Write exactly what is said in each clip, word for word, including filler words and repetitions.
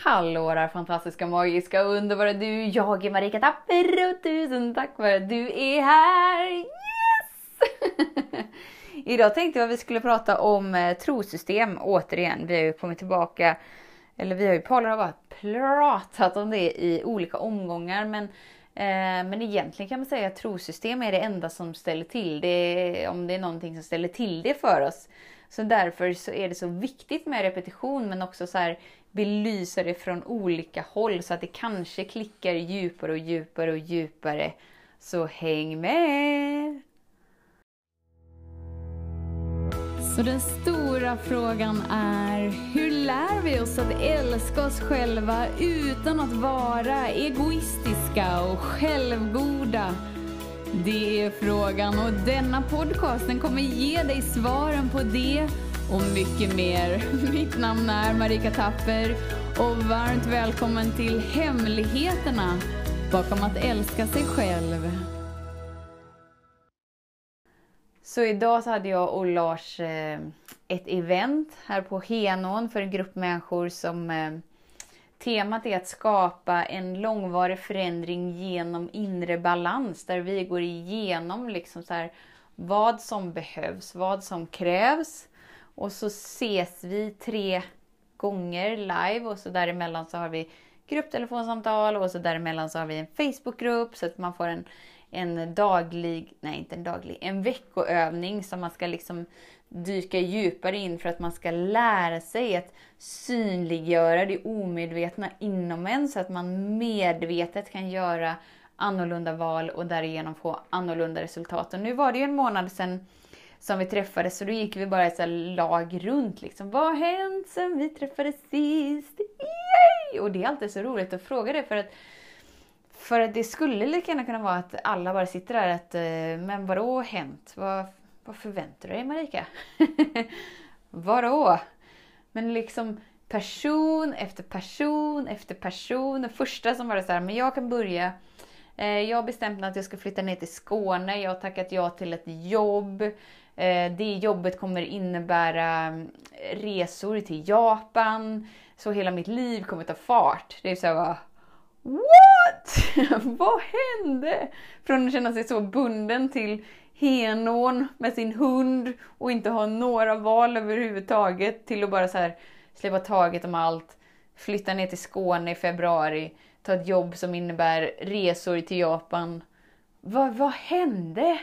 Hallå där fantastiska, magiska, underbara du. Jag är Marika Tapper och tusen tack för att du är här. Yes! Idag tänkte jag att vi skulle prata om eh, trosystem återigen. Vi har ju kommit tillbaka, eller vi har ju bara pratat om det i olika omgångar. Men, eh, men egentligen kan man säga att trosystem är det enda som ställer till det, om det är någonting som ställer till det för oss. Så därför så är det så viktigt med repetition, men också så här belysa det från olika håll så att det kanske klickar djupare och djupare och djupare. Så häng med! Så den stora frågan är, hur lär vi oss att älska oss själva utan att vara egoistiska och självgoda? Det är frågan, och denna podcasten kommer ge dig svaren på det och mycket mer. Mitt namn är Marika Tapper och varmt välkommen till hemligheterna bakom att älska sig själv. Så idag så hade jag och Lars eh, ett event här på Henån för en grupp människor som eh, temat är att skapa en långvarig förändring genom inre balans, där vi går igenom liksom så här, vad som behövs, vad som krävs, och så ses vi tre gånger live, och så däremellan så har vi grupptelefonsamtal, och så däremellan så har vi en Facebookgrupp, så att man får en en daglig, nej inte en daglig, en veckoövning som man ska liksom dyka djupare in för att man ska lära sig att synliggöra det omedvetna inom en, så att man medvetet kan göra annorlunda val och därigenom få annorlunda resultat. Och nu var det ju en månad sedan som vi träffades, så då gick vi bara ett så här lag runt liksom. Vad har hänt sen vi träffades sist? Yay! Och det är alltid så roligt att fråga det, för att För att det skulle lika gärna kunna vara att alla bara sitter där att, men vadå hänt? Vad, vad förväntar du dig, Marika? Vadå? Men liksom person efter person efter person. Den första som var så här, men jag kan börja. Jag har bestämt mig att jag ska flytta ner till Skåne. Jag har tackat ja till ett jobb. Det jobbet kommer innebära resor till Japan. Så hela mitt liv kommer ta fart. Det är så här, what? Vad hände? Från att känna sig så bunden till Henån med sin hund och inte ha några val överhuvudtaget, till att bara så här släppa taget om allt, flytta ner till Skåne i februari, ta ett jobb som innebär resor till Japan. Vad, vad hände?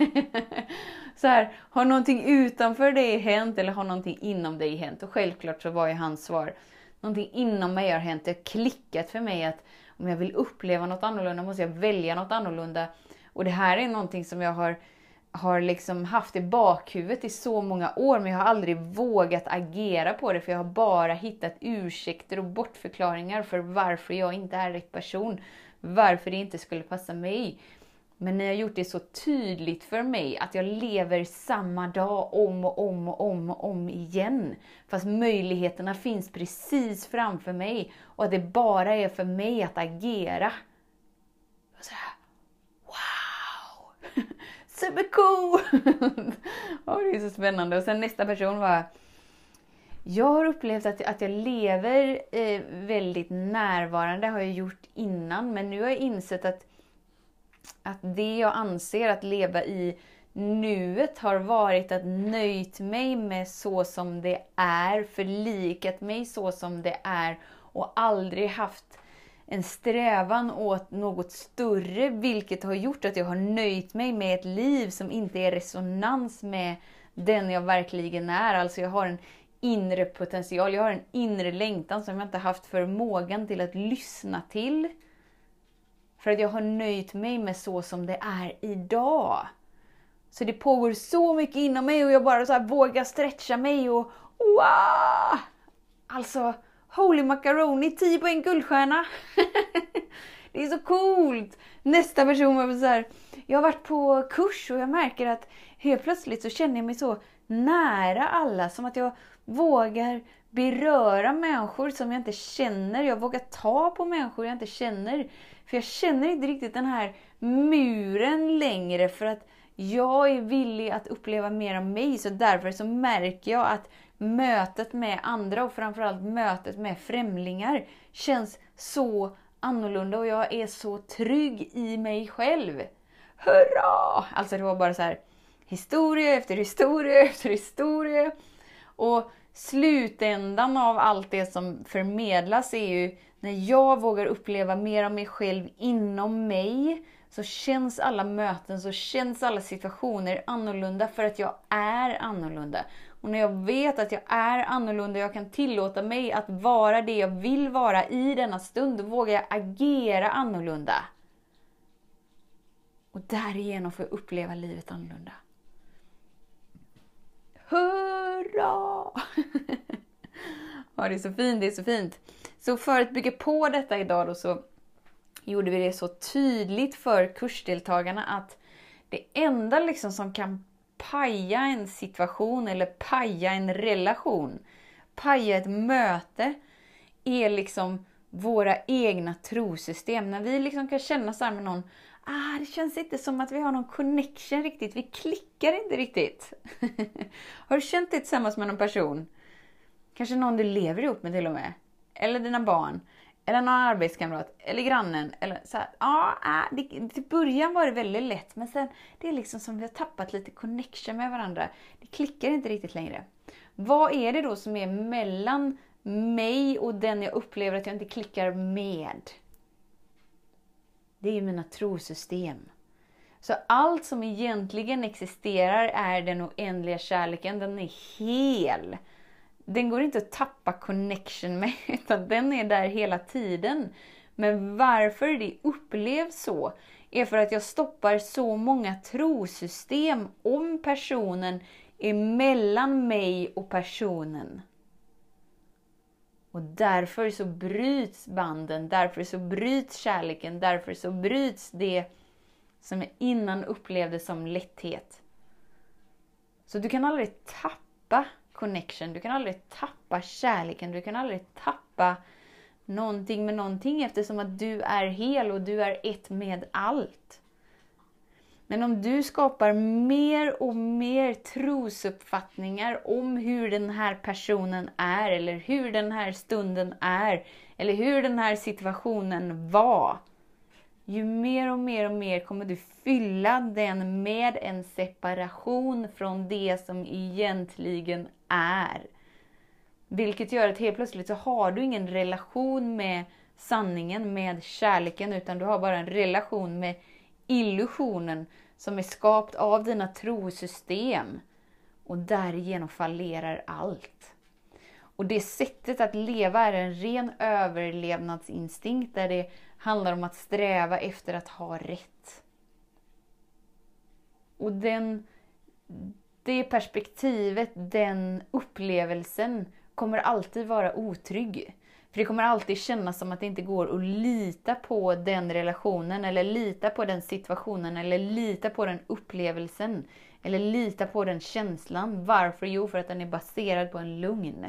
Så här, har någonting utanför dig hänt eller har någonting inom dig hänt? Och självklart så var ju hans svar, någonting inom mig har hänt. Det har klickat för mig att om jag vill uppleva något annorlunda måste jag välja något annorlunda. Och det här är någonting som jag har, har liksom haft i bakhuvudet i så många år. Men jag har aldrig vågat agera på det. För jag har bara hittat ursäkter och bortförklaringar för varför jag inte är rätt person. Varför det inte skulle passa mig. Men när jag gjort det så tydligt för mig att jag lever samma dag om och om och om och om igen. Fast möjligheterna finns precis framför mig. Och att det bara är för mig att agera. Och så här, wow! Supercool! Oh, det är så spännande. Och sen nästa person var, jag har upplevt att, att jag lever eh, väldigt närvarande. Det har jag gjort innan. Men nu har jag insett att Att det jag anser att leva i nuet har varit att nöjt mig med så som det är, förlikat mig så som det är och aldrig haft en strävan åt något större, vilket har gjort att jag har nöjt mig med ett liv som inte är resonans med den jag verkligen är. Alltså jag har en inre potential, jag har en inre längtan som jag inte haft förmågan till att lyssna till. För att jag har nöjt mig med så som det är idag. Så det pågår så mycket inom mig och jag bara så här vågar stretcha mig och wow! Alltså, holy macaroni, tio på en guldstjärna. Det är så coolt. Nästa person var så här, jag har varit på kurs och jag märker att helt plötsligt så känner jag mig så nära alla. Som att jag vågar beröra människor som jag inte känner. Jag vågar ta på människor jag inte känner. För jag känner inte riktigt den här muren längre, för att jag är villig att uppleva mer av mig. Så därför så märker jag att mötet med andra och framförallt mötet med främlingar känns så annorlunda och jag är så trygg i mig själv. Hurra! Alltså det var bara så här historia efter historia efter historia. Och slutändan av allt det som förmedlas är ju när jag vågar uppleva mer av mig själv inom mig, så känns alla möten, så känns alla situationer annorlunda för att jag är annorlunda. Och när jag vet att jag är annorlunda, jag kan tillåta mig att vara det jag vill vara i denna stund, då vågar jag agera annorlunda. Och därigenom får jag uppleva livet annorlunda. Hurra! Ja, det är så fint, det är så fint. Så för att bygga på detta idag då, så gjorde vi det så tydligt för kursdeltagarna att det enda liksom som kan paja en situation eller paja en relation, paja ett möte, är liksom våra egna trosystem. När vi liksom kan känna så här med någon, ah, det känns inte som att vi har någon connection riktigt, vi klickar inte riktigt. Har du känt det tillsammans med någon person? Kanske någon du lever ihop med till och med. Eller dina barn. Eller någon arbetskamrat. Eller grannen. Eller så här. Ja, det, till början var det väldigt lätt. Men sen det är liksom som vi har tappat lite connection med varandra. Det klickar inte riktigt längre. Vad är det då som är mellan mig och den jag upplever att jag inte klickar med? Det är ju mina trosystem. Så allt som egentligen existerar är den oändliga kärleken. Den är hel. Den går inte att tappa connection med, utan den är där hela tiden. Men varför det upplevs så är för att jag stoppar så många trosystem om personen emellan mig och personen. Och därför så bryts banden, därför så bryts kärleken, därför så bryts det som jag innan upplevde som lätthet. Så du kan aldrig tappa connection, du kan aldrig tappa kärleken, du kan aldrig tappa någonting med någonting eftersom att du är hel och du är ett med allt. Men om du skapar mer och mer trosuppfattningar om hur den här personen är eller hur den här stunden är eller hur den här situationen var, ju mer och mer och mer kommer du fylla den med en separation från det som egentligen är. Vilket gör att helt plötsligt så har du ingen relation med sanningen, med kärleken, utan du har bara en relation med illusionen som är skapt av dina trosystem. Och därigenom fallerar allt. Och det sättet att leva är en ren överlevnadsinstinkt där det handlar om att sträva efter att ha rätt. Och den, det perspektivet, den upplevelsen kommer alltid vara otrygg. För det kommer alltid kännas som att det inte går att lita på den relationen eller lita på den situationen eller lita på den upplevelsen eller lita på den känslan. Varför? Jo, för att den är baserad på en lugn.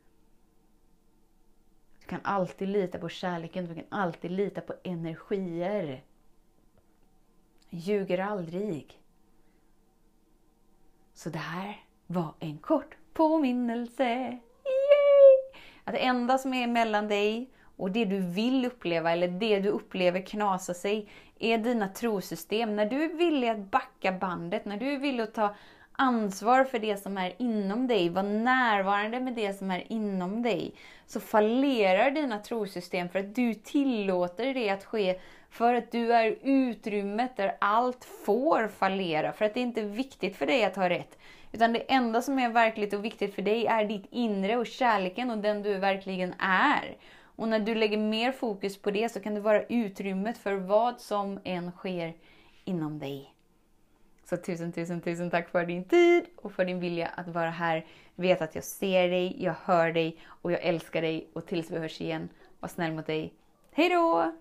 Du kan alltid lita på kärleken, du kan alltid lita på energier. Ljuger aldrig. Så det här var en kort påminnelse. Yay! Att det enda som är mellan dig och det du vill uppleva eller det du upplever knasa sig är dina trosystem. När du är villig att backa bandet, när du är villig att ta ansvar för det som är inom dig, var närvarande med det som är inom dig, så fallerar dina trosystem för att du tillåter det att ske, för att du är utrymmet där allt får fallera, för att det inte är viktigt för dig att ha rätt. Utan det enda som är verkligt och viktigt för dig är ditt inre och kärleken och den du verkligen är. Och när du lägger mer fokus på det så kan det vara utrymmet för vad som än sker inom dig. Så tusen, tusen, tusen tack för din tid och för din vilja att vara här. Vet att jag ser dig, jag hör dig och jag älskar dig. Och tills vi hörs igen, var snäll mot dig. Hej då!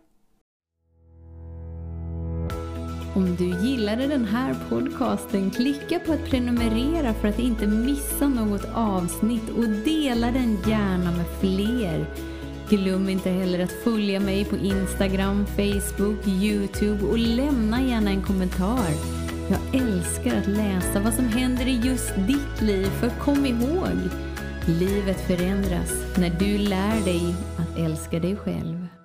Om du gillade den här podcasten, klicka på att prenumerera för att inte missa något avsnitt och dela den gärna med fler. Glöm inte heller att följa mig på Instagram, Facebook, YouTube och lämna gärna en kommentar. Jag älskar att läsa vad som händer i just ditt liv, för kom ihåg, Livet förändras när du lär dig att älska dig själv.